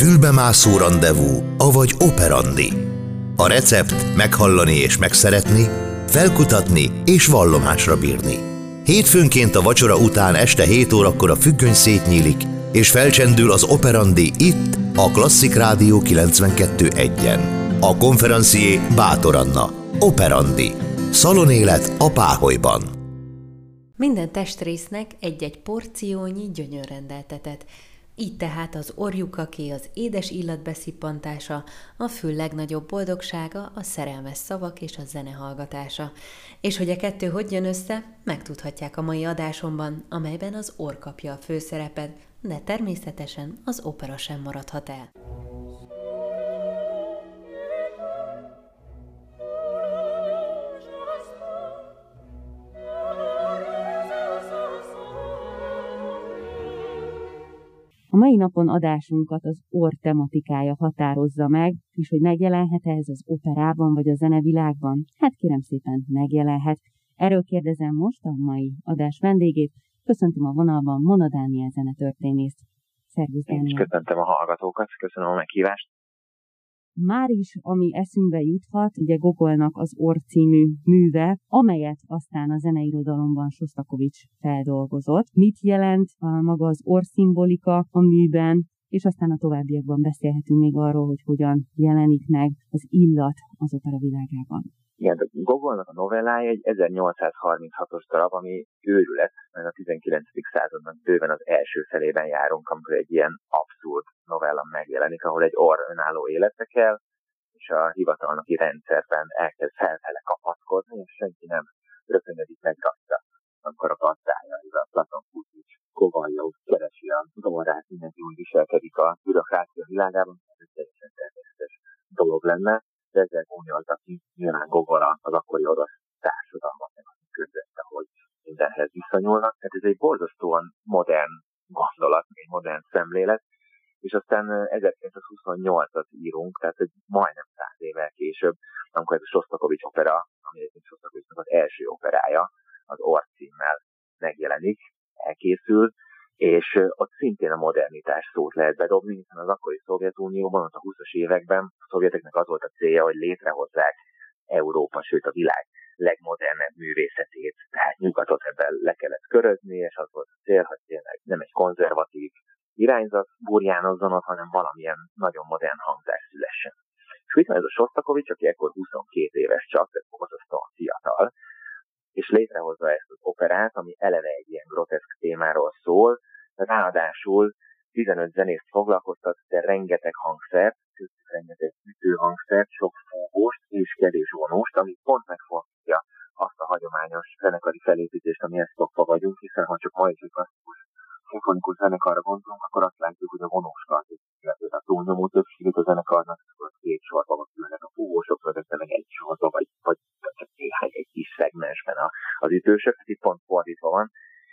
fülbemászó randevú, avagy operandi. A recept meghallani és megszeretni, felkutatni és vallomásra bírni. Hétfőnként a vacsora után este 7 órakor a függöny szétnyílik, és felcsendül az operandi itt, a Klasszik Rádió 92.1-en. A konferencié Bátor Anna. Operandi. Szalonélet a Páholyban. Minden testrésznek egy-egy porciónyi gyönyör rendeltetett. Így tehát az orjukaké az édes illat beszippantása, a fül legnagyobb boldogsága a szerelmes szavak és a zene hallgatása. És hogy a kettő hogy jön össze, megtudhatják a mai adásomban, amelyben az orr kapja a főszerepet, de természetesen az opera sem maradhat el. A mai napon adásunkat az orr tematikája határozza meg, és hogy megjelenhet ez az operában vagy a zenevilágban? Hát kérem szépen, megjelenhet. Erről kérdezem most a mai adás vendégét. Köszöntöm a vonalban Mona Dániel zenetörténészt. Szervusz, Dániel! Én is köszöntöm a hallgatókat, köszönöm a meghívást. Már is, ami eszünkbe juthat, ugye Gogolnak az Orr című műve, amelyet aztán a zeneirodalomban Sosztakovics feldolgozott. Mit jelent maga az orr szimbolika a műben, és aztán a továbbiakban beszélhetünk még arról, hogy hogyan jelenik meg az illat az opera világában. Igen, Gogolnak a novellája egy 1836-os darab, ami őrület, mert a 19. századnak bőven az első felében járunk, amikor egy ilyen abszurd novella megjelenik, ahol egy orr önálló életre kell, és a hivatalnoki rendszerben elkezd felfele kapaszkodni, és senki nem röpönödik meg rajta, amikor a gazdája, a Platon Kukics Kovaljov keresi a zavarát, mindenki úgy viselkedik a bürokrácia világában, ez egy teljesen természetes dolog lenne. De ezzel gúnyoltak ki nyilván Gogol az akkori orosz társadalmat, közötte, hogy mindenhez viszonyulnak. Tehát ez egy borzasztóan modern gondolat, egy modern szemlélet, és aztán 1928-at írunk, tehát egy majdnem 100 évvel később, amikor ez a Sosztakovics opera, ami egyébként Sosztakovicsnak az első operája, az Orr címmel megjelenik, elkészül, és ott szintén a modernitás szót lehet bedobni, hiszen az akkori Szovjetunióban, ott a 20-as években a szovjeteknek az volt a célja, hogy létrehozzák Európa, sőt a világ legmodernebb művészetét, tehát nyugatot ebben le kellett körözni, és az volt a cél, hogy tényleg nem egy konzervatív irányzat burjánozzon ott, hanem valamilyen nagyon modern hangzás szülessen. És itt van ez a Sosztakovics, aki ekkor 22 éves csak, tehát borzasztóan fiatal, és létrehozza ezt az operát, ami eleve egy ilyen groteszk témáról szól, ráadásul 15 zenészt foglalkoztat, de rengeteg hangszert, rengeteg ütőhangszert, sok fúvóst és kevés vonóst, ami pont megfordítja azt a hagyományos zenekari felépítést, amihez szokva vagyunk, hiszen ha csak mai klasszikus szimfonikus zenekarra gondolunk, akkor azt látjuk, hogy a vonóskart, illetve a túlnyomó többségét a zenekarnak két sorba van különnek a fúvósok, de meg egy sorba, vagy csak néhány egy kis szegmensben az ütősök, hát itt pont fordítva van.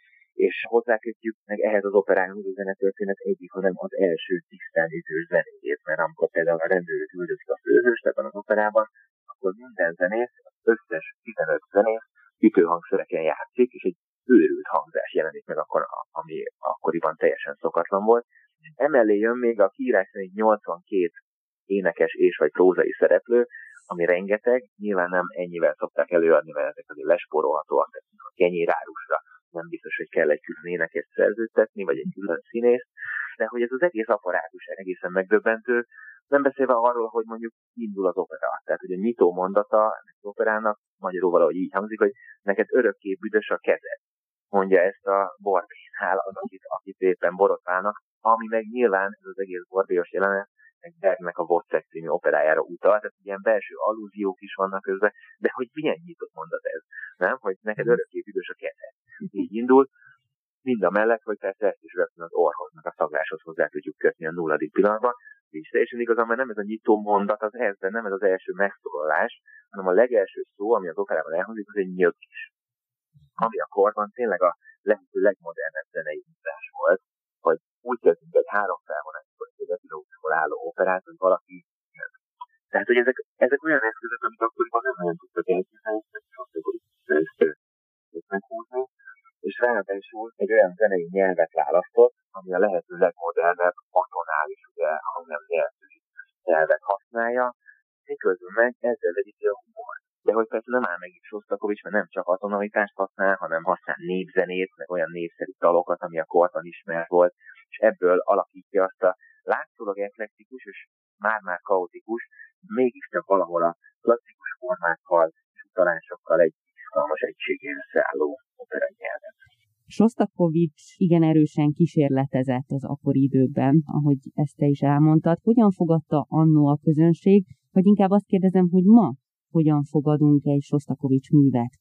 És hozzákötjük meg ehhez az operához a zenetörténet egyik, hanem az első tisztán ütős zenéjét, mert amikor például a rendőrök üldözik a főhőst ebben az operában, akkor minden zenész, az összes 15 zenész ütőhangszereken játszik, és egy őrült hangzás jelenik meg akkor, ami akkoriban teljesen szokatlan volt. Emellé jön még a kiírás szerint 82 énekes és vagy prózai szereplő, ami rengeteg, nyilván nem ennyivel szokták előadni, mert ezek azért lespórolhatóak, tehát a kenyérárusra nem biztos, hogy kell egy külön énekest szerződtetni, vagy egy külön színészt, de hogy ez az egész apparátus egészen megdöbbentő, nem beszélve arról, hogy mondjuk indul az opera. Tehát, hogy a nyitó mondata az operának magyarul valahogy így hangzik, hogy neked örökké büdös a kezed. Mondja ezt a borbénál, az, akit éppen borotválnak, ami meg nyilván ez az egész borbélyos jelenet, meg Bergnek a Wozzeck című operájára utal, tehát ilyen belső allúziók is vannak közben, de hogy milyen nyitott mondat ez, nem? Hogy neked örökké büdös a kezed. Így indul, mind a mellett, hogy persze ezt is rögtön az orrhoz, meg a szagláshoz hozzá tudjuk kötni a 0. pillanatban. És teljesen igazán, mert nem ez a nyitó mondat az ehhezben, nem ez az első megszólalás, hanem a legelső szó, ami az operában elhangzik, az egy nyögés. Ami a korban tényleg a lehető legmodernebb zenei hívás volt, hogy úgy kezdünk egy 3 felvonásból, egy epilógusból álló operát, hogy valaki nyög. Tehát, hogy ezek olyan eszközök, amit akkoriban nem nagyon tudtak elképzelni, hogy sokszor ezt meghúzni, és ráadásul egy olyan zenei nyelvet választott, ami a lehető legmodernebb, atonális, ugye illetve hangnem nélküli nyelvet használja, miközben meg ezzel vegyíti a humor. De hogy persze nem áll meg itt Sostakovics, mert nem csak atonalitást használ, hanem használ népzenét, meg olyan népszerű dalokat, ami a korban ismert volt, és ebből alakítja azt a látszólag eklektikus és már-már kaotikus, mégiscsak valahol a klasszikus formákkal és utalásokkal egy izgalmas egységén összeálló operanyelvet. Sostakovics igen erősen kísérletezett az akkori időkben, ahogy ezt te is elmondtad. Hogyan fogadta annó a közönség, vagy inkább azt kérdezem, hogy ma hogyan fogadunk egy Sostakovics művet?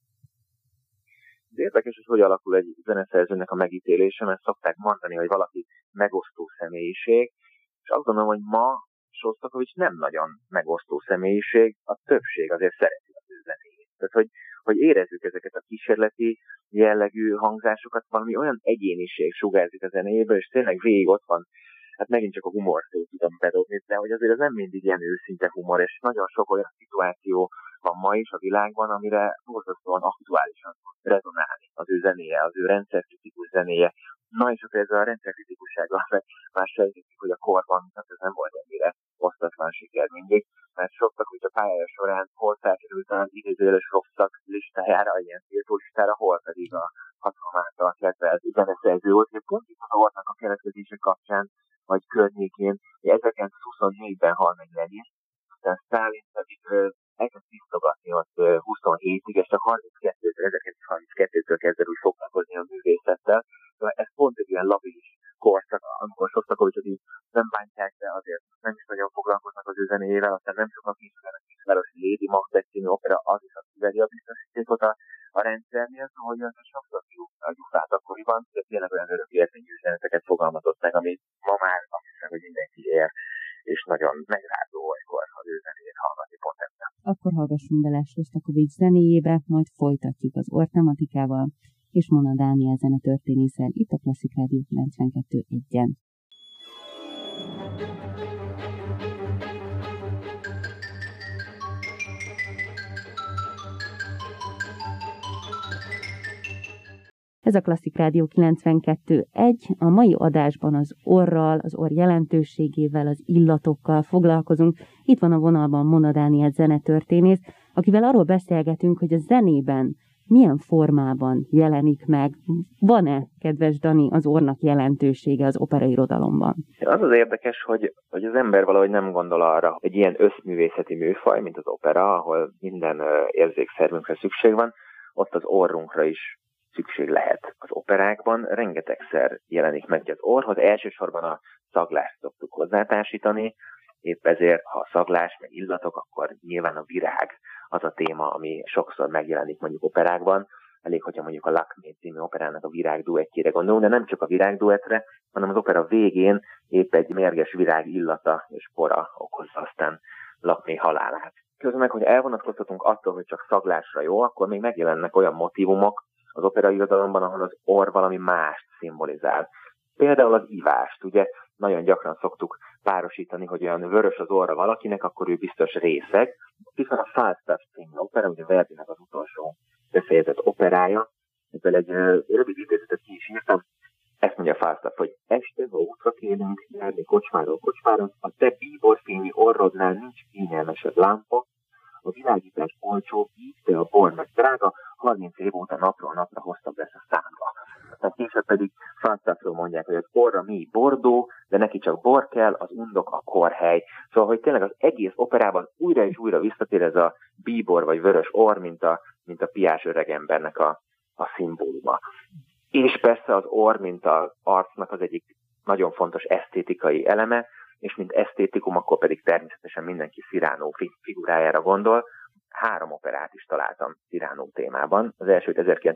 Érdekes, hogy alakul egy zeneszerzőnek a megítélése, mert szokták mondani, hogy valaki megosztó személyiség, és azt gondolom, hogy ma Sostakovics nem nagyon megosztó személyiség, a többség azért szereti az ő zenéjét. Tehát, hogy érezzük ezeket a kísérleti jellegű hangzásokat, valami olyan egyéniség sugárzik a zenéjéből, és tényleg végig ott van, hát megint csak a humorszót tudom bedobni, de hogy azért ez nem mindig ilyen őszinte humor, és nagyon sok olyan szituáció van ma is a világban, amire borzasztóan aktuálisan tud rezonálni az ő zenéje, az ő rendszerkritikus zenéje. Na és akkor ez a rendszerkritikussággal már sejtjük, hogy a korban ez nem volt ennyire osztatlan siker mindig, mert soktak, hogy a pályája során hol felkerült az idézőjeles rosszak listájára, ilyen tiltó listára, hol pedig a hatalom által kedvelt zeneszerző volt. Pont itt az orrnak a keletkezése kapcsán, vagy környékén, 1924-ben hal meg Lenin, aztán Sztálin pedig elkezd tisztogatni ott 27-ig, és csak 1932-től kezdve úgy foglalkozni a művészettel. Ez pont egy ilyen labilis korszak, amikor Sostakovicsot így nem bántják, de azért nem is nagyon foglalkoznak az ő zenéjével, aztán nem sokan kismernek is városi Lady Macbeth című opera, az is azt kiveri a biztosítékot a rendszernél, hogy az sokszor a gyufát akkoriban, de tényleg olyan örök érvényű üzeneteket fogalmazott meg, amit ma már azt hiszem, hogy mindenki ér, és nagyon megrázó olykor az ő zenéjét hallgatni pont ebben. Akkor hallgassunk bele Sostakovics zenéjébe, majd folytatjuk az orr tematikával, és Mona Dániel zenetörténészel itt a Klasszik Rádió 92.1-en. Ez a Klasszik Rádió 92.1. A mai adásban az orral, az orr jelentőségével, az illatokkal foglalkozunk. Itt van a vonalban Mona Dániel zenetörténész, akivel arról beszélgetünk, hogy a zenében milyen formában jelenik meg. Van-e, kedves Dani, az orrnak jelentősége az operairodalomban? Az az érdekes, hogy az ember valahogy nem gondol arra, egy ilyen összművészeti műfaj, mint az opera, ahol minden érzékszervünkre szükség van, ott az orrunkra is szükség lehet. Az operákban rengetegszer jelenik meg az orrhoz, elsősorban a szaglást szoktuk hozzátársítani, épp ezért, ha a szaglás, meg illatok, akkor nyilván a virág az a téma, ami sokszor megjelenik mondjuk operákban. Elég, hogyha mondjuk a Lakmé című operának a virág duettjére gondolunk, de nem csak a virág duettre, hanem az opera végén épp egy mérges virág illata és pora okozza aztán Lakmé halálát. Közben meg, hogy elvonatkoztatunk attól, hogy csak szaglásra jó, akkor még megjelennek olyan motívumok az operairodalomban, ahol az orr valami mást szimbolizál. Például az ivást, ugye nagyon gyakran szoktuk párosítani, hogy olyan vörös az orra valakinek, akkor ő biztos részeg. Hiszen a Falstaff című opera, ugye Verdinek az utolsó befejezett operája, ebből egy rövid idézetet ki is írtam. Ezt mondja Falstaff, hogy este, ha útra kérünk járni kocsmáról kocsmáron, a te bíborfényi orrodnál nincs kényelmesebb lámpa, a világítás olcsó, így, de a bor meg drága, 30 év óta napról napra hosszabb lesz a számba. Aztán később pedig Falstaffról mondják, hogy az orra mi bordó, de neki csak bor kell, az undok a korhely. Szóval, hogy tényleg az egész operában újra és újra visszatér ez a bíbor vagy vörös orr, mint a piás öregembernek a szimbóluma. És persze az orr, mint az arcnak az egyik nagyon fontos esztétikai eleme, és mint esztétikum, akkor pedig természetesen mindenki Cyrano figurájára gondol. 3 operát is találtam Cyrano témában. Az elsőt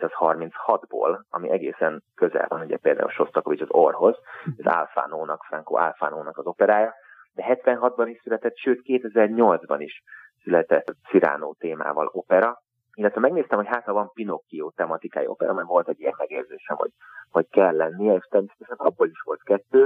1936-ból, ami egészen közel van, ugye például Sostakovics az orrhoz, az Alfánónak, Franco Alfánónak az operája, de 76-ban is született, sőt 2008-ban is született Cyrano témával opera, illetve megnéztem, hogy hát ha van Pinocchio tematikai opera, mert volt egy ilyen megérzésem, hogy kell lennie, és természetesen abból is volt 2,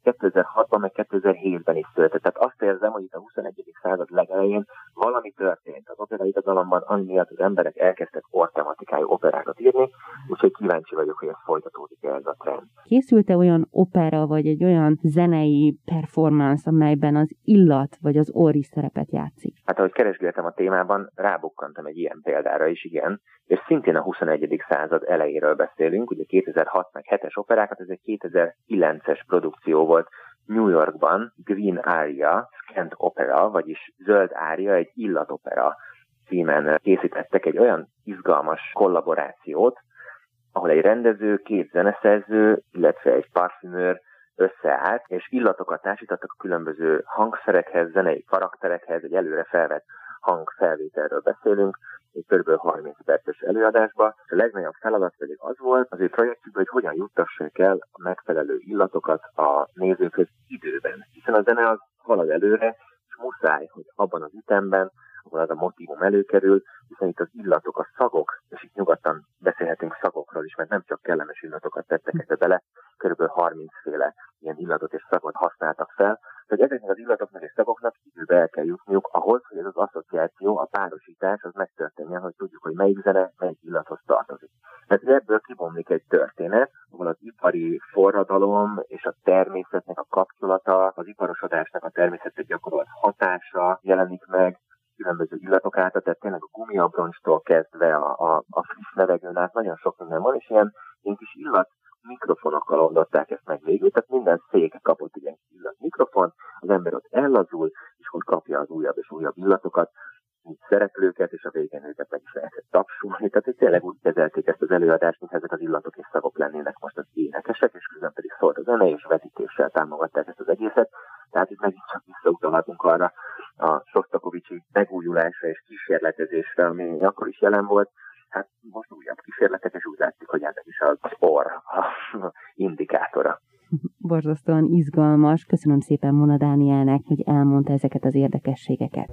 2006-ban, meg 2007-ben is született. Tehát azt érzem, hogy itt a 21. század legelején valami történt az operairodalomban, ami miatt az emberek elkezdtek ortematikájú operákat írni, úgyhogy kíváncsi vagyok, hogy ez folytatódik ez a trend. Készült-e olyan opera, vagy egy olyan zenei performance, amelyben az illat, vagy az orr is szerepet játszik? Hát ahogy keresgéltem a témában, rábukkantam egy ilyen példára is, igen, és szintén a 21. század elejéről beszélünk, ugye 2006 meg 7-es operákat, ez egy 2009-es produkció volt New Yorkban, Green Aria, Scant Opera, vagyis Zöld Ária, egy illatopera címen készítettek egy olyan izgalmas kollaborációt, ahol egy rendező, 2 zeneszerző, illetve egy parfümőr összeállt, és illatokat társítottak a különböző hangszerekhez, zenei karakterekhez, egy előre felvett hangfelvételről beszélünk, egy kb. 30 perces előadásba. A legnagyobb feladat pedig az volt az ő projektjükben, hogy hogyan juttassák el a megfelelő illatokat a nézőkhöz időben. Hiszen a zene az halad előre, és muszáj, hogy abban az ütemben, ahol az a motívum előkerül, hiszen itt az illatok, a szagok, és itt nyugodtan beszélhetünk szagokról is, mert nem csak kellemes illatokat tettek ebbe bele, kb. 30 féle ilyen illatot és szagot használtak fel, hogy ezeknek az illatoknak és szagoknak időbe el kell jutniuk ahhoz, hogy ez az asszociáció, a párosítás az megtörténjen, hogy tudjuk, hogy melyik zene, melyik illathoz tartozik. Mert ebből kibomlik egy történet, ahol az ipari forradalom és a természetnek a kapcsolata, az iparosodásnak a természetre gyakorolt hatása jelenik meg, különböző illatok által, tehát tényleg a gumiabroncstól kezdve a friss levegőn át nagyon sok minden van, és ilyen kis illat mikrofonokkal oldották ezt meg végül, tehát minden szék kapott ilyen illat mikrofon, az ember ott ellazul, és hogy kapja az újabb és újabb illatokat, mint szereplőket, és a végén őket meg is lehetett tapsolni. Tehát tényleg úgy kezelték ezt az előadást, mintha ezek az illatok és szagok lennének most az énekesek, és közben pedig szólt a zene, és vetítéssel támogatták ezt az egészet. Tehát itt megint csak visszautalhatunk arra a Sosztakovicsi megújulásra és kísérletezésre, ami akkor is jelen volt. Hát most újabb kísérletek, és úgy látszik, hogy ennek is az orr a indikátora. Borzasztóan izgalmas. Köszönöm szépen Mona Dánielnek, hogy elmondta ezeket az érdekességeket.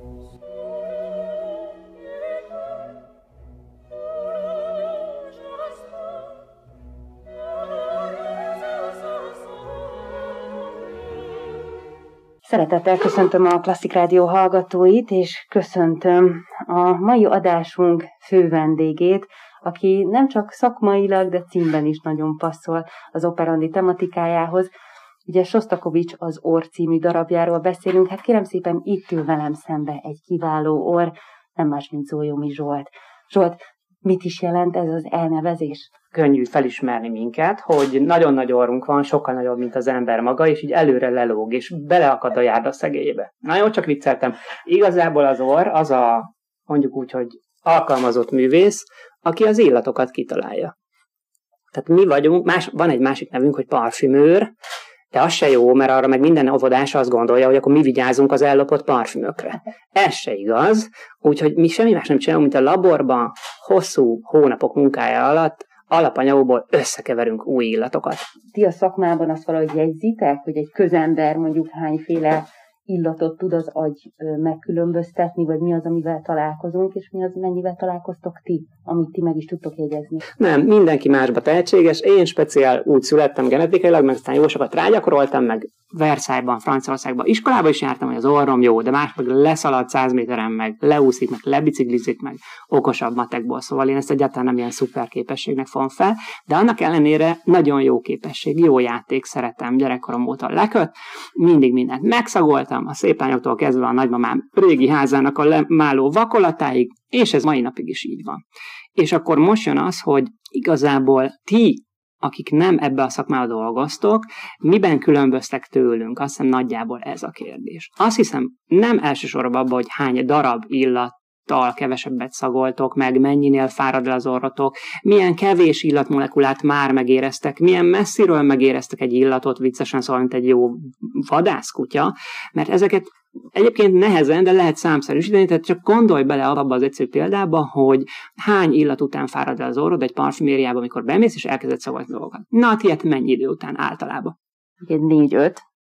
Szeretettel köszöntöm a Klasszik Rádió hallgatóit, és köszöntöm a mai adásunk fő vendégét, aki nem csak szakmailag, de címben is nagyon passzol az operandi tematikájához. Ugye Sosztakovics az Orr című darabjáról beszélünk, hát kérem szépen itt ül velem szembe egy kiváló orr, nem más, mint Zólyomi Zsolt. Zsolt, mit is jelent ez az elnevezés? Könnyű felismerni minket, hogy nagyon nagy orrunk van, sokkal nagyobb, mint az ember maga, és így előre lelóg, és beleakad a járda szegélyébe. Na jó, csak vicceltem. Igazából az orr az a, mondjuk úgy, hogy alkalmazott művész, aki az illatokat kitalálja. Tehát mi vagyunk, van egy másik nevünk, hogy parfümőr, de az se jó, mert arra meg minden óvodás azt gondolja, hogy akkor mi vigyázunk az ellopott parfümökre. Ez se igaz, úgyhogy mi semmi más nem csinálunk, mint a laborban hosszú hónapok munkája alatt alapanyagokból összekeverünk új illatokat. Ti a szakmában azt valahogy jegyzitek, hogy egy közember mondjuk hányféle illatot tud az agy megkülönböztetni, vagy mi az, amivel találkozunk, és mi az, mennyivel találkoztok ti, amit ti meg is tudtok jegyezni? Nem, mindenki másba tehetséges. Én speciál úgy születtem genetikailag, meg aztán jó sokat rágyakoroltam, meg Versailles-ban, Franciaországban iskolába is jártam, hogy az orrom jó, de más meg leszalad 100 méteren, meg leúszik, meg lebiciklizik, meg okosabb matekból. Szóval én ezt egyáltalán nem ilyen szuper képességnek fogom fel, de annak ellenére nagyon jó képesség, jó játék, szeretem, gyerekkorom óta leköt, mindig mindent megszagoltam, a szép lányoktól kezdve a nagymamám régi házának a lemáló vakolatáig, és ez mai napig is így van. És akkor most jön az, hogy igazából ti, akik nem ebbe a szakmába dolgoztok, miben különböztek tőlünk? Azt hiszem nagyjából ez a kérdés. Azt hiszem nem elsősorban abban, hogy hány darab illattal kevesebbet szagoltok meg, mennyinél fárad el az orrotok, milyen kevés illatmolekulát már megéreztek, milyen messziről megéreztek egy illatot, viccesen szóval, mint egy jó vadászkutya, mert ezeket egyébként nehezen, de lehet számszerűsíteni, tehát csak gondolj bele abba az egyszerű példába, hogy hány illat után fárad el az orrod egy parfümériába, amikor bemész, és elkezded szagolni dolgokat. Na, tiéd mennyi idő után általában? Ugye 4-5,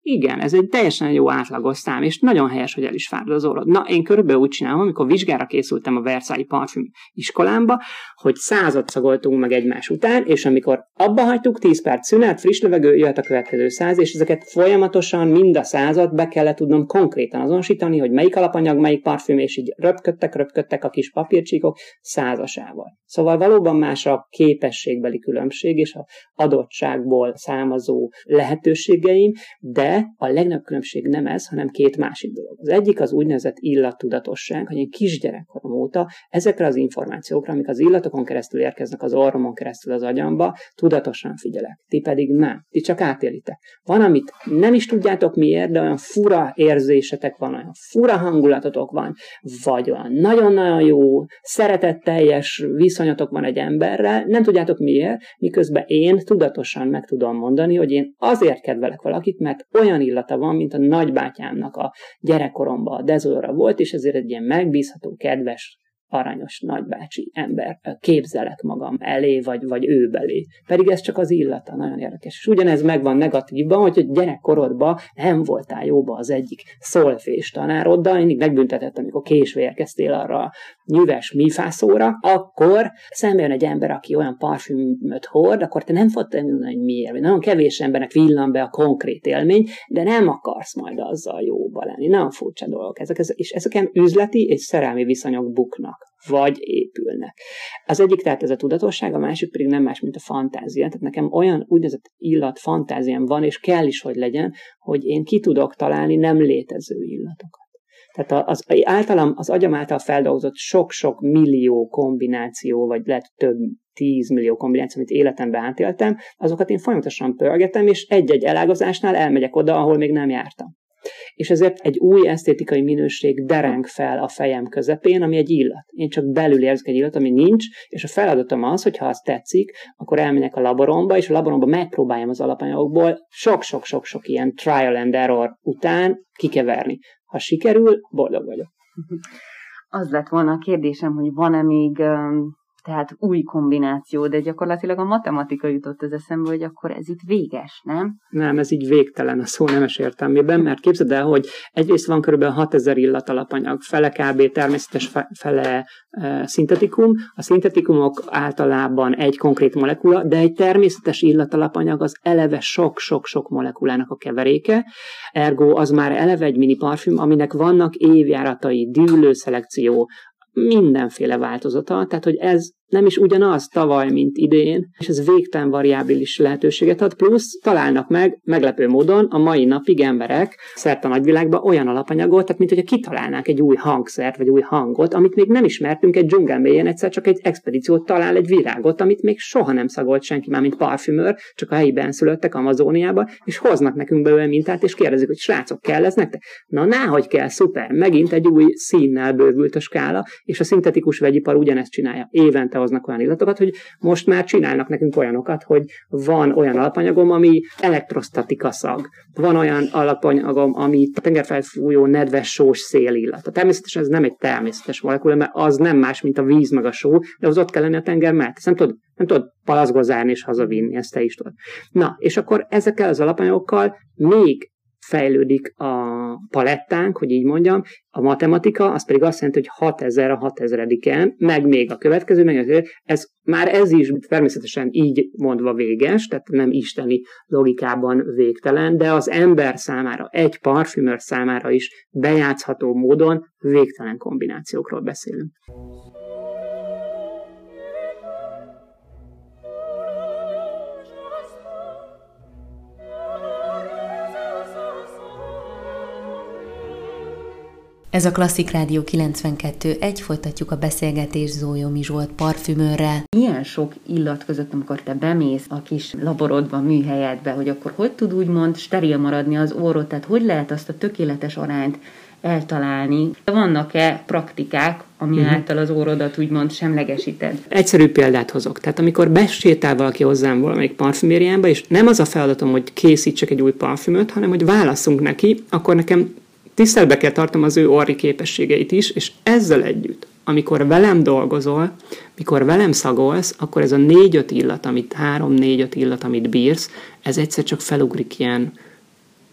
Igen, ez egy teljesen jó átlagos szám, és nagyon helyes, hogy el is fárad az orrod. Na, én körülbelül úgy csinálom, amikor vizsgára készültem a Versailles parfüm iskolámba, hogy 100-at szagoltunk meg egymás után, és amikor abba hagytuk, 10 perc szünet, friss levegő, jöhet a következő 100, és ezeket folyamatosan mind a 100-at be kellett tudnom konkrétan azonosítani, hogy melyik alapanyag, melyik parfüm, és így röpködtek a kis papírcsíkok 100-asával. Szóval valóban más a képességbeli különbség, és az adottságból származó lehetőségeim, de a legnagyobb különbség nem ez, hanem két másik dolog. Az egyik az úgynevezett illattudatosság, hogy én kisgyerekkorom óta ezekre az információkra, amik az illatokon keresztül érkeznek az orromon keresztül az agyamba, tudatosan figyelek. Ti pedig nem. Ti csak átélitek. Van, amit nem is tudjátok miért, de olyan fura érzésetek van, olyan fura hangulatotok van, vagy olyan nagyon-nagyon jó, szeretetteljes viszonyatok van egy emberrel, nem tudjátok miért, miközben én tudatosan meg tudom mondani, hogy én azért kedvelek valakit, mert olyan illata van, mint a nagybátyámnak a gyerekkoromban a dezolóra volt, és ezért egy ilyen megbízható, kedves, aranyos nagybácsi ember képzelek magam elé, vagy ő belé. Pedig ez csak az illata, nagyon érdekes. És ugyanez megvan negatívban, hogy gyerekkorodban nem voltál jóba az egyik szolfés tanároddal, mindig megbüntetett, amikor késve érkeztél arra a nyüves mifászóra, akkor szembe jön egy ember, aki olyan parfümöt hord, akkor te nem fogod mondani, hogy miért. Nagyon kevés embernek villan be a konkrét élmény, de nem akarsz majd azzal jóba lenni. Nagyon furcsa dolgok ezek, és ezeken üzleti és szerelmi viszonyok buknak, vagy épülnek. Az egyik tehát ez a tudatosság, a másik pedig nem más, mint a fantázia. Tehát nekem olyan úgynevezett illat fantáziám van, és kell is, hogy legyen, hogy én ki tudok találni nem létező illatokat. Tehát az agyam által feldolgozott sok-sok millió kombináció, vagy lehet több 10 millió kombináció, amit életemben átéltem, azokat én folyamatosan pörgetem, és egy-egy elágazásnál elmegyek oda, ahol még nem jártam. És ezért egy új esztétikai minőség dereng fel a fejem közepén, ami egy illat. Én csak belül érzek egy illat, ami nincs, és a feladatom az, hogy ha azt tetszik, akkor elmegyek a laboromba, és a laboromba megpróbáljam az alapanyagokból sok-sok-sok ilyen trial and error után kikeverni. Ha sikerül, boldog vagyok. Az lett volna a kérdésem, hogy van-e még tehát új kombináció, de gyakorlatilag a matematika jutott az eszembe, hogy akkor ez itt véges, nem? Nem, ez így végtelen a szó nemes értelmében, mert képzeld el, hogy egyrészt van kb. 6000 illatalapanyag, fele kb. Természetes, fele szintetikum. A szintetikumok általában egy konkrét molekula, de egy természetes illatalapanyag az eleve sok-sok-sok molekulának a keveréke, ergo az már eleve egy mini parfüm, aminek vannak évjáratai, dűlőszelekció, mindenféle változata, tehát hogy ez nem is ugyanaz tavaly, mint idén, és ez végtelen variábilis lehetőséget ad, plusz találnak meg meglepő módon a mai napig emberek szerte a nagyvilágban olyan alapanyagot, tehát mint hogyha kitalálnák egy új hangszert, vagy új hangot, amit még nem ismertünk egy dzsungel mélyén, egyszer csak egy expedíciót talál egy virágot, amit még soha nem szagolt senki, már mint parfümőr, csak a helyi benszülöttek Amazóniába, és hoznak nekünk belőle mintát, és kérdezik, hogy srácok, kell ez nektek? Na, náhogy kell, szuper, megint egy új színnel bővült a skála, és a szintetikus vegyipar ugyanezt csinálja. Évente hoznak olyan illatokat, hogy most már csinálnak nekünk olyanokat, hogy van olyan alapanyagom, ami elektrosztatika szag. Van olyan alapanyagom, ami tengerfelfújó nedves sós szélillata. Természetesen ez nem egy természetes molekula, mert az nem más, mint a víz meg a só, de az ott kell lenni a tenger mellett. Ezt nem tudod palacba zárni és hazavinni, ezt te is tudod. Na, és akkor ezekkel az alapanyagokkal még fejlődik a palettánk, hogy így mondjam, a matematika, az pedig azt jelenti, hogy 6000 a 6000-en, meg még a következő, meg ez is természetesen így mondva véges, tehát nem isteni logikában végtelen, de az ember számára, egy parfümőr számára is bejátszható módon végtelen kombinációkról beszélünk. Ez a Klasszik Rádió 92.1, folytatjuk a beszélgetést Zólyomi Zsolt parfümőrrel. Ilyen sok illat között, amikor te bemész a kis laborodba, műhelyedbe, hogy akkor hogy tud úgymond steril maradni az orrod, tehát hogy lehet azt a tökéletes arányt eltalálni? Vannak-e praktikák, ami által az orrodat úgymond semlegesíted? Egyszerű példát hozok. Tehát amikor besétál valaki hozzám valamelyik parfümériába, és nem az a feladatom, hogy készítsek egy új parfümöt, hanem hogy válasszunk neki, akkor nekem tiszteletbe kell tartom az ő orri képességeit is, és ezzel együtt, amikor velem dolgozol, mikor velem szagolsz, akkor ez a 4-5 illat, amit 3-4-5 illat, amit bírsz, ez egyszer csak felugrik ilyen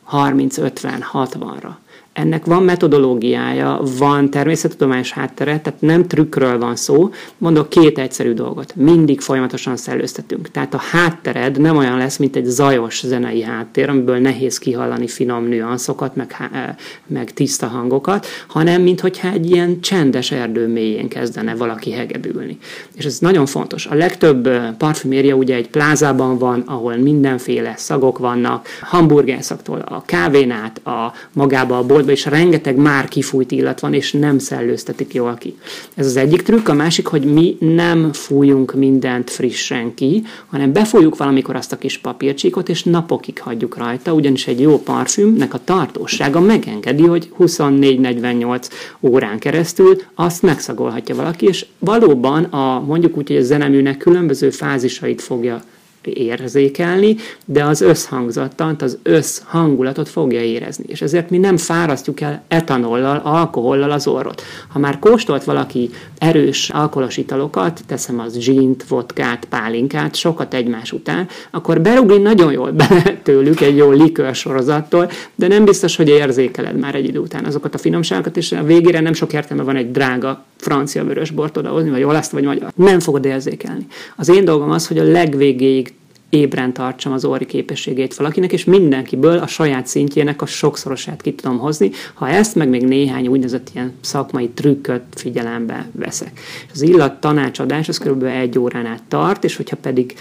30-50-60-ra. Ennek van metodológiája, van természettudományos háttere, tehát nem trükkről van szó. Mondok két egyszerű dolgot. Mindig folyamatosan szellőztetünk. Tehát a háttered nem olyan lesz, mint egy zajos zenei háttér, amiből nehéz kihallani finom nüanszokat, meg tiszta hangokat, hanem minthogyha egy ilyen csendes erdő mélyén kezdene valaki hegedülni. És ez nagyon fontos. A legtöbb parfüméria ugye egy plázában van, ahol mindenféle szagok vannak, hamburgerszaktól a kávén át, magába a boltba, és rengeteg már kifújt illat van, és nem szellőztetik jól ki. Ez az egyik trükk, a másik, hogy mi nem fújunk mindent frissen ki, hanem befújjuk valamikor azt a kis papírcsíkot, és napokig hagyjuk rajta, ugyanis egy jó parfümnek a tartósága megengedi, hogy 24-48 órán keresztül azt megszagolhatja valaki, és valóban mondjuk úgy, hogy a zeneműnek különböző fázisait fogja érzékelni, de az összhangzattant, az összhangulatot fogja érezni. És ezért mi nem fárasztjuk el etanollal, alkohollal az orrot. Ha már kóstolt valaki erős alkoholos italokat, teszem az gint, vodkát, pálinkát, sokat egymás után, akkor berugni nagyon jól bele tőlük egy jó likőrsorozattól, de nem biztos, hogy érzékeled már egy idő után azokat a finomságokat, és a végére nem sok értelme van egy drága francia vörösbort odahozni, vagy olaszt, vagy magyar. Nem fogod érzékelni. Az én dolgom az, hogy a legvégéig ébren tartsam az orri képességét valakinek, és mindenkiből a saját szintjének a sokszorosát ki tudom hozni, ha ezt meg még néhány úgynevezett ilyen szakmai trükköt figyelembe veszek. Az illat tanácsadás az kb. 1 órán át tart, és hogyha pedig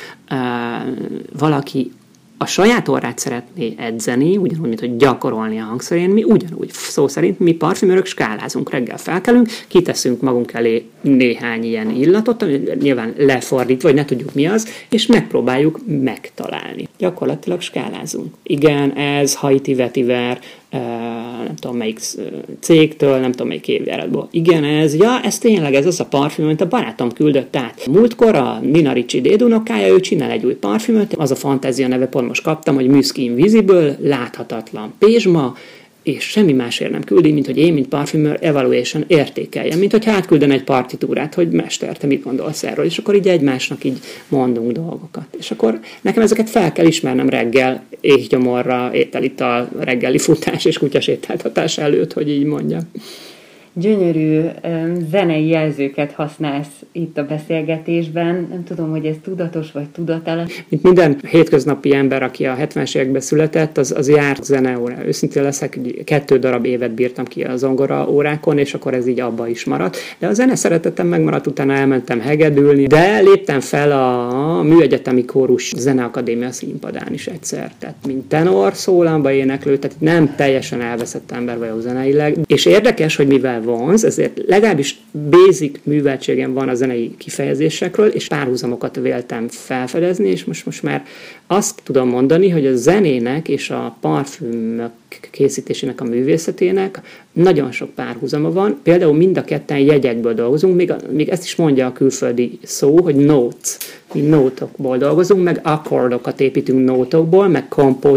valaki a saját orrát szeretné edzeni, ugyanúgy, mint hogy gyakorolni a hangszerén, mi ugyanúgy, szó szerint mi parfümőrök skálázunk, reggel felkelünk, kiteszünk magunk elé néhány ilyen illatot, nyilván lefordít, vagy ne tudjuk mi az, és megpróbáljuk megtalálni. Gyakorlatilag skálázunk. Igen, ez Haiti vetiver, nem tudom melyik cégtől, nem tudom melyik évjáratból. Igen, ez tényleg ez az a parfüm, amit a barátom küldött át. Múltkor a Nina Ricci dédunokája, ő csinál egy új parfümöt, az a fantázia neve, pont most kaptam, hogy Musky Invisible, láthatatlan pézsma, és semmi másért nem küldi, mint hogy én, mint parfümőr, evaluation értékeljem, mint hogy átkülden egy partitúrát, hogy mester, te mit gondolsz erről, és akkor így egymásnak így mondunk dolgokat. És akkor nekem ezeket fel kell ismernem reggel, éhgyomorra, ételital, reggeli futás és kutyasétáltatás előtt, hogy így mondjam. Gyönyörű zenei jelzőket használsz itt a beszélgetésben. Nem tudom, hogy ez tudatos vagy tudatlan. Mint minden hétköznapi ember, aki a 70-es években született, az járt zeneóra. Őszintén leszek, 2 darab évet bírtam ki a zongora órákon, és akkor ez így abba is maradt. De a zene szeretetem megmaradt, utána elmentem hegedülni, de léptem fel a Műegyetemi Kórus Zeneakadémia színpadán is egyszer. Tehát mint tenor, szólamba éneklő, tehát nem teljesen elveszett ember vagyok zeneileg. És érdekes, hogy mivel vonz, ezért legalábbis basic műveltségem van a zenei kifejezésekről, és párhuzamokat véltem felfedezni, és most már azt tudom mondani, hogy a zenének és a parfümök készítésének a művészetének nagyon sok párhuzama van. Például mind a ketten jegyekből dolgozunk, még ezt is mondja a külföldi szó, hogy notes. Mi nótokból dolgozunk, meg akkordokat építünk nótokból, meg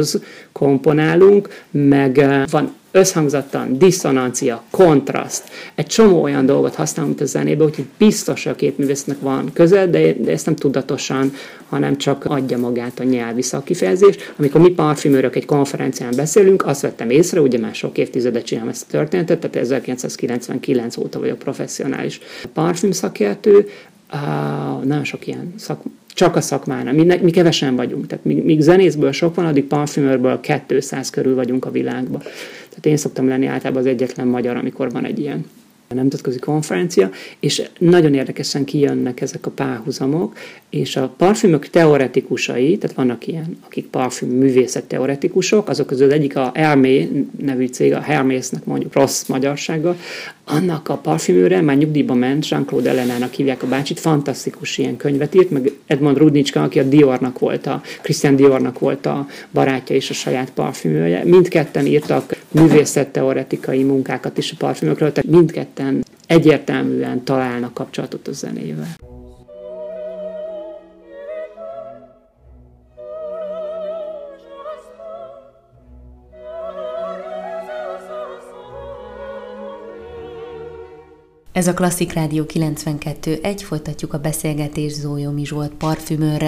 komponálunk, meg van összhangzattan, diszonancia, kontraszt. Egy csomó olyan dolgot használunk a zenébe, úgyhogy biztos, hogy a két művészetnek van köze, de ezt nem tudatosan, hanem csak adja magát a nyelvi szakkifejezés. Amikor mi parfümőrök egy konferencián beszélünk, azt vettem észre, ugye már sok évtizedet csinálom ezt a történetet, tehát 1999 óta vagyok professzionális parfümszakértő, nagyon sok ilyen csak a szakmánál. Mi kevesen vagyunk. Tehát míg zenészből sok van, addig parfümőrből 200 körül vagyunk a világban. Tehát én szoktam lenni általában az egyetlen magyar, amikor van egy ilyen nemzetközi konferencia, és nagyon érdekesen kijönnek ezek a párhuzamok, és a parfümök teoretikusai, tehát vannak ilyen, akik parfüm művészet teoretikusok, azok közül az egyik a Hermé nevű cég, a Hermésznek mondjuk rossz magyarsággal, annak a parfümőre már nyugdíjba ment, Jean-Claude Ellenának hívják a bácsit, fantasztikus ilyen könyvet írt, meg Edmond Rudnicska, aki a Diornak volt, Christian Diornak volt a barátja és a saját parfümője. Mindketten írtak művészetteoretikai munkákat is a parfümökről, tehát mindketten egyértelműen találnak kapcsolatot a zenével. Ez a Klasszik Rádió 92.1, folytatjuk a beszélgetést Zójomi Zsolt parfümőrrel.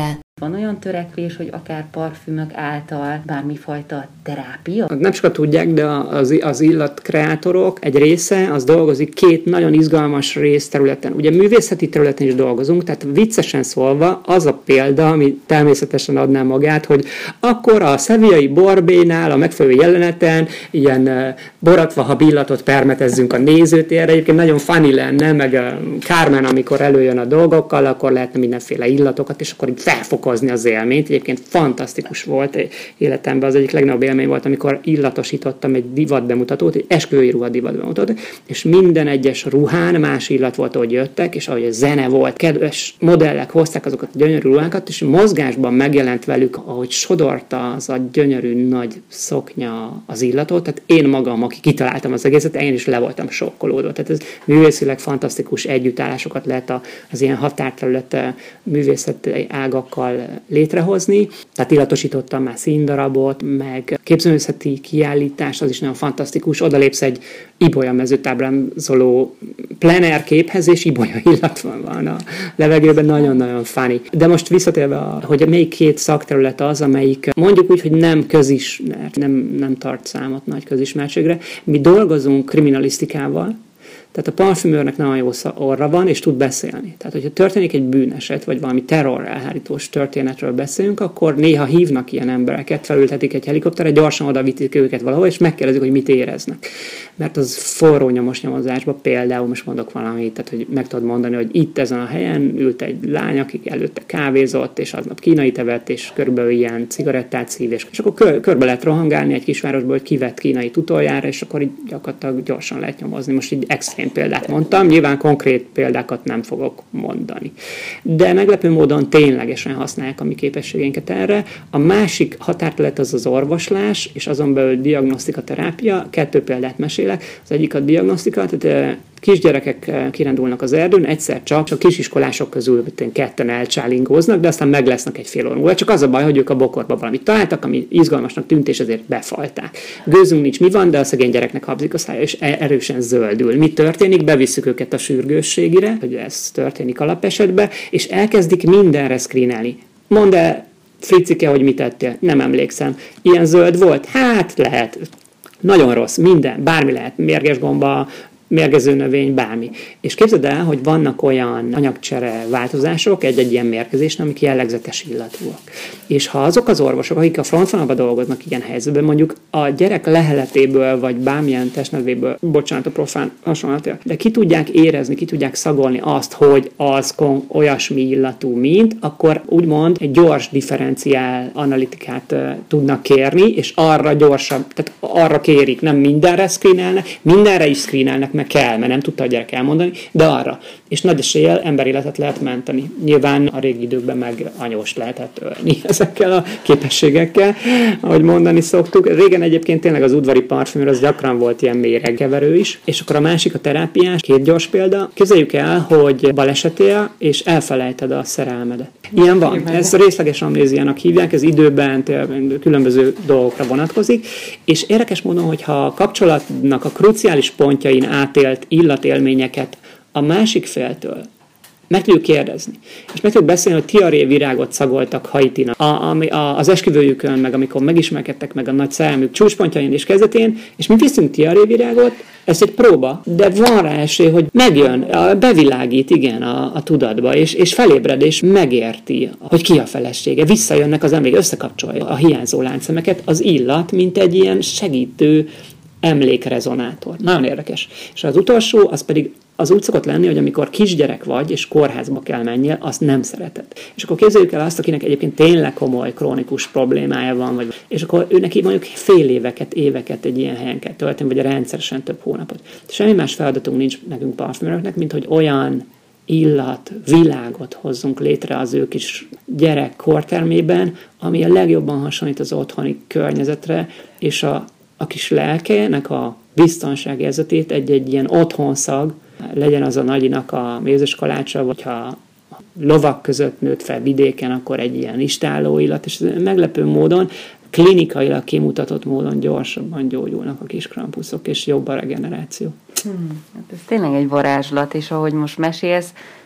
Van olyan törekvés, hogy akár parfümök által bármifajta terápia? Nem sokat tudják, de az illatkreátorok egy része az dolgozik két nagyon izgalmas részterületen. Ugye művészeti területen is dolgozunk, tehát viccesen szólva az a példa, ami természetesen adná magát, hogy akkor a szeviai borbénál a megfelelő jeleneten ilyen boratvaha illatot permetezzünk a nézőtérre. Egyébként nagyon funny lenne, meg Carmen, amikor előjön a dolgokkal, akkor lehetne mindenféle illatokat, és akkor így felfokozni az élményt. Egyébként fantasztikus volt életemben, az egyik legnagyobb élmény volt, amikor illatosítottam egy divatbemutatót, egy esküvői ruha divatbemutatót, és minden egyes ruhán más illat volt, ahogy jöttek, és ahogy a zene volt, kedves modellek hozták azokat a gyönyörű ruhákat, és mozgásban megjelent velük, ahogy sodorta az a gyönyörű nagy szoknya az illatot, tehát én magam, aki kitaláltam az egészet, én is le voltam sokkolódva. Tehát ez művészileg fantasztikus együttállásokat lehet az ilyen határterület művészeti ágakkal létrehozni. Tehát illatosítottam már színdarabot, meg képzőművészeti kiállítás, az is nagyon fantasztikus. Oda lépsz egy ibolya mezőt ábrázoló plener képhez, és ibolya illat van a levegőben, nagyon-nagyon funny. De most visszatérve, hogy melyik két szakterület az, amelyik mondjuk úgy, hogy nem közismert, nem tart számot nagy közismertségre. Mi dolgozunk kriminalisztikával, tehát a parfümőrnek nagyon jó orra van, és tud beszélni. Tehát, hogyha történik egy bűneset, vagy valami terror elhárítós történetről beszélünk, akkor néha hívnak ilyen embereket, felültetik egy helikopterre, gyorsan oda vitik őket valahol, és megkérdezik, hogy mit éreznek. Mert az forró nyomos nyomozásban például, most mondok valamit, tehát, hogy meg tudod mondani, hogy itt ezen a helyen ült egy lány, aki előtte kávézott, és aznap kínait evett, és körülbelül ilyen cigarettát szív, és akkor körbe lehet rohangálni egy kisvárosból, hogy kivett kínait utoljára, és akkor így gyakorlatilag gyorsan lehet nyomozni. Most így extrém példát mondtam, nyilván konkrét példákat nem fogok mondani. De meglepő módon ténylegesen használják a mi képességeinket erre. A másik határterület az az orvoslás, és azon belül diagnosztika, terápia. 2 példát mesélek. Az egyik a diagnosztika, tehát kisgyerekek kirándulnak az erdőn, egyszer csak a kisiskolások közül 2 elcsálingóznak, de aztán meg lesznek egy fél óra múlva. Csak az a baj, hogy ők a bokorba valamit találtak, ami izgalmasnak tűnt, és ezért befalták. Gőzünk nincs, mi van, de a szegény gyereknek habzik a szája, és erősen zöldül. Mi történik? Bevisszük őket a sürgősségire, hogy ez történik alapesetben, és elkezdik mindenre screenelni. Mondd el, Fricike, hogy mit tettél? Nem emlékszem. Ilyen zöld volt? Hát lehet. Nagyon rossz, minden, bármi lehet, mérges gomba, mérgező növény, bármi. És képzeld el, hogy vannak olyan anyagcsere változások egy ilyen mérgezésnél, amik jellegzetes illatúak. És ha azok az orvosok, akik a frontvonalban dolgoznak ilyen helyzetben, mondjuk a gyerek leheletéből, vagy bármilyen testnedvéből, bocsánat a profán hasonlatja, de ki tudják érezni, ki tudják szagolni azt, hogy az olyasmi illatú, mint, akkor úgymond egy gyors differenciál analitikát tudnak kérni, és arra gyorsabb, tehát arra kérik, nem mindenre screenelnek, mindenre is screenelnek, meg kell, mert nem tudta a gyerek elmondani, de arra. És nagy eséllyel emberéletet lehet menteni. Nyilván a régi időkben meg anyóst lehetett ölni ezekkel a képességekkel, ahogy mondani szoktuk. Régen egyébként tényleg az udvari parfümőr az gyakran volt ilyen méregkeverő is. És akkor a másik a terápiás, 2 gyors példa. Képzeljük el, hogy balesetél, és elfelejted a szerelmedet. Ilyen van. Ez részleges amnéziának hívják, ez időben különböző dolgokra vonatkozik, és érdekes módon, hogyha a kapcsolatnak a kruciális pontjain átélt illatélményeket a másik féltől meg tudjuk kérdezni. És meg tudjuk beszélni, hogy tiaré virágot szagoltak Haitin az esküvőjükön, meg amikor megismerkedtek meg a nagy szerelmük csúcspontjain és kezdetén, és mi viszünk tiaré virágot, ez egy próba, de van rá esély, hogy megjön, bevilágít, igen, a tudatba, és felébred, és megérti, hogy ki a felesége. Visszajönnek az emlék, összekapcsolja a hiányzó láncszemeket, az illat, mint egy ilyen segítő emlékrezonátor. Nagyon érdekes. És az utolsó, az pedig az úgy szokott lenni, hogy amikor kisgyerek vagy, és kórházba kell menjél, azt nem szereted. És akkor képzeljük el azt, akinek egyébként tényleg komoly, krónikus problémája van, és akkor ő neki mondjuk fél éveket egy ilyen helyen kell tölteni, vagy rendszeresen több hónapot. Semmi más feladatunk nincs nekünk parfümöröknek, mint hogy olyan illat, világot hozzunk létre az ő kis gyerek kortermében, ami a legjobban hasonlít az otthoni környezetre, és a kis lelkének a biztonságérzetét egy ilyen otthonszag, legyen az a nagyinak a mézes kalácsa, vagy ha lovak között nőtt fel vidéken, akkor egy ilyen istálló illat, és meglepő módon, klinikailag kimutatott módon gyorsabban gyógyulnak a kis krampuszok, és jobb a regeneráció. Hát ez tényleg egy varázslat, és ahogy most mesélsz,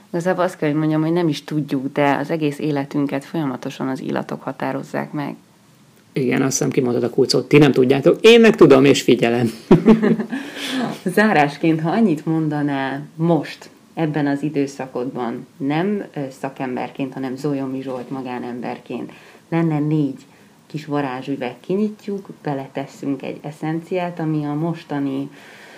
Igazából azt kell, hogy mondjam, hogy nem is tudjuk, de az egész életünket folyamatosan az illatok határozzák meg. Igen, azt hiszem kimondod a kulcsot. Ti nem tudjátok, én meg tudom, és figyelem. Zárásként, ha annyit mondanál most, ebben az időszakodban, nem szakemberként, hanem Zólyomi Zsolt magánemberként, lenne 4 kis varázsüveg, kinyitjuk, beletesszünk egy eszenciát, ami a mostani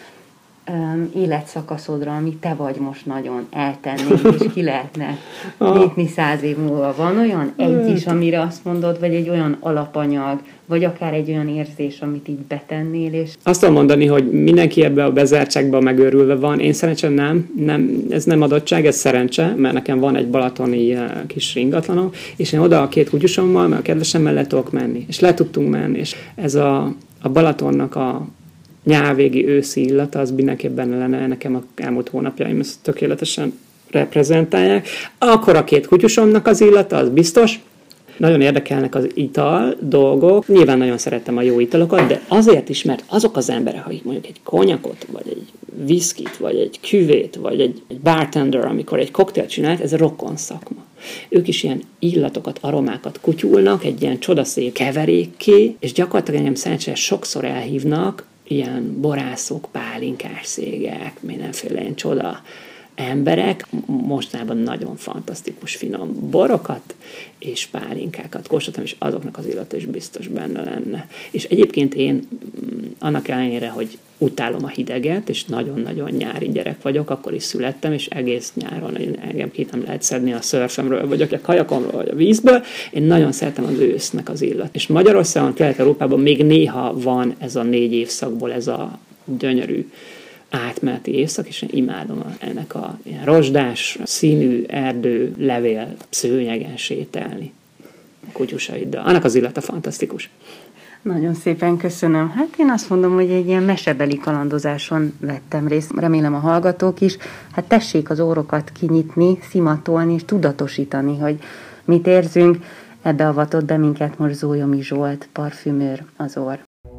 életszakaszodra, ami te vagy most nagyon eltennénk, és ki lehetne lépni 100 év múlva. Van olyan egy is, amire azt mondod, vagy egy olyan alapanyag, vagy akár egy olyan érzés, amit így betennél, és... Azt tudom mondani, hogy mindenki ebbe a bezártságban megőrülve van. Én szerencsére nem, ez nem adottság, ez szerencse, mert nekem van egy balatoni kis ingatlanom, és én oda a 2 kutyusommal, mert a kedvesemmel le tudok menni. És le tudtunk menni, és ez a Balatonnak a nyárvégi őszi illata, az mindenképp benne lenne, nekem a elmúlt hónapjaim ezt tökéletesen reprezentálják. Akkor a 2 kutyusomnak az illata, az biztos. Nagyon érdekelnek az ital dolgok. Nyilván nagyon szerettem a jó italokat, de azért is, mert azok az emberek, akik mondjuk egy konyakot, vagy egy viszkit, vagy egy küvét, vagy egy bartender, amikor egy koktélt csinált, ez rokon szakma. Ők is ilyen illatokat, aromákat kutyulnak, egy ilyen csodaszép keverékké, és gyakorlatilag engem szerencsére sokszor elhívnak ilyen borászok, pálinkás szégek, mindenféle ilyen csoda emberek, mostanában nagyon fantasztikus, finom borokat és pálinkákat kóstoltam, és azoknak az illata is biztos benne lenne. És egyébként én annak ellenére, hogy utálom a hideget, és nagyon-nagyon nyári gyerek vagyok, akkor is születtem, és egész nyáron engem ki nem lehet szedni a szörfemről, vagy a kajakomról, vagy a vízből. Én nagyon szeretem az ősznek az illat. És Magyarországon, Kelet-Európában még néha van ez a 4 évszakból ez a gyönyörű átmeneti évszak, és én imádom ennek a ilyen rozsdás, színű erdő, levél, szőnyegen sétálni a kutyusaiddal. Annak az illata fantasztikus. Nagyon szépen köszönöm. Hát én azt mondom, hogy egy ilyen mesebeli kalandozáson vettem részt. Remélem a hallgatók is. Hát tessék az órokat kinyitni, szimatolni és tudatosítani, hogy mit érzünk. Ebbe avatott be minket most Zólyomi Zsolt, parfümőr, az orr.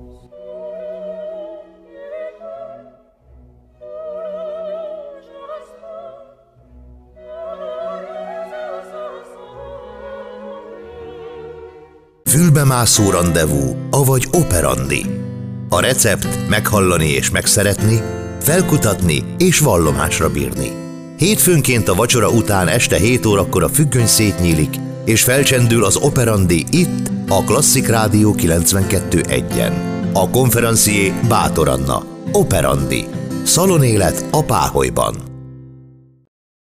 Fülbemászó randevú, avagy operandi. A recept meghallani és megszeretni, felkutatni és vallomásra bírni. Hétfőnként a vacsora után este 7 órakor a függöny szétnyílik, és felcsendül az operandi itt, a Klasszik Rádió 92.1-en. A konferencié Bátor Anna. Operandi. Szalonélet a Páholyban.